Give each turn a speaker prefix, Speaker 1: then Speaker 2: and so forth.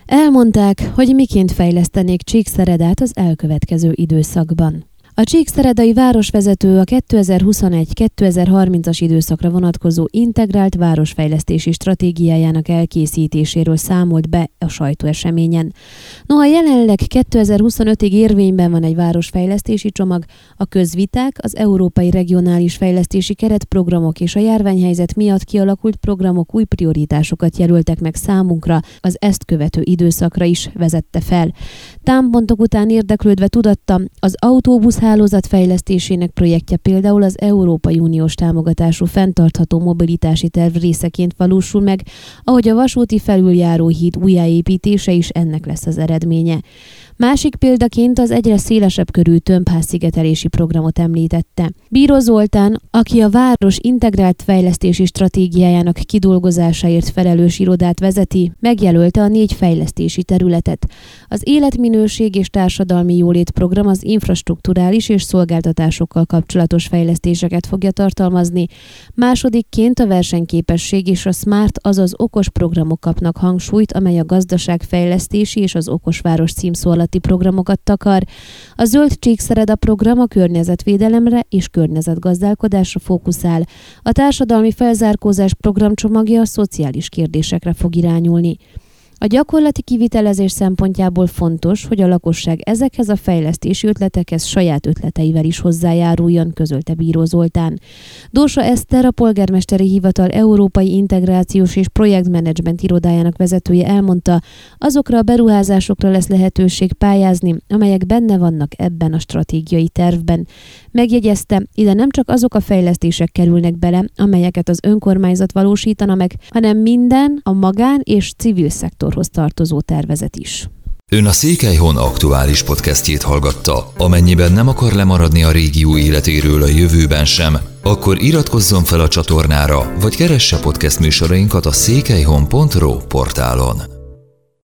Speaker 1: Elmondták, hogy miként fejlesztenék Csíkszeredát az elkövetkező időszakban. A csíkszeredai városvezető a 2021-2030-as időszakra vonatkozó integrált városfejlesztési stratégiájának elkészítéséről számolt be a sajtóeseményen. Noha jelenleg 2025-ig érvényben van egy városfejlesztési csomag, a közviták, az európai regionális fejlesztési keretprogramok és a járványhelyzet miatt kialakult programok új prioritásokat jelöltek meg számunkra, az ezt követő időszakra is vezette fel. Támpontok után érdeklődve tudatta, az autóbusz hálózat fejlesztésének projektje például az Európai Uniós támogatású fenntartható mobilitási terv részeként valósul meg, ahogy a vasúti felüljáróhíd újjáépítése is ennek lesz az eredménye. Másik példaként az egyre szélesebb körű tömbházszigetelési programot említette. Bíró Zoltán, aki a város integrált fejlesztési stratégiájának kidolgozásáért felelős irodát vezeti, megjelölte a 4 fejlesztési területet. Az életminőség és társadalmi jólét program az infrastrukturális és szolgáltatásokkal kapcsolatos fejlesztéseket fogja tartalmazni. Másodikként a versenyképesség és a smart, azaz okos programok kapnak hangsúlyt, amely a gazdaságfejlesztési és az okosváros címszó programokat takar. A Zöld Csíkszereda program a környezetvédelemre és környezetgazdálkodásra fókuszál. A társadalmi felzárkózás programcsomagja a szociális kérdésekre fog irányulni. A gyakorlati kivitelezés szempontjából fontos, hogy a lakosság ezekhez a fejlesztési ötletekhez saját ötleteivel is hozzájáruljon, közölte Bíró Zoltán. Dósa Eszter, a Polgármesteri Hivatal Európai Integrációs és Projektmenedzsment irodájának vezetője elmondta, azokra a beruházásokra lesz lehetőség pályázni, amelyek benne vannak ebben a stratégiai tervben. Megjegyezte, ide nem csak azok a fejlesztések kerülnek bele, amelyeket az önkormányzat valósítana meg, hanem minden a magán és civil szektorhoz tartozó tervezet is.
Speaker 2: Ön a Székelyhon aktuális podcastjét hallgatta. Amennyiben nem akar lemaradni a régió életéről a jövőben sem, akkor iratkozzon fel a csatornára, vagy keresse podcast műsorainkat a székelyhon.ro portálon.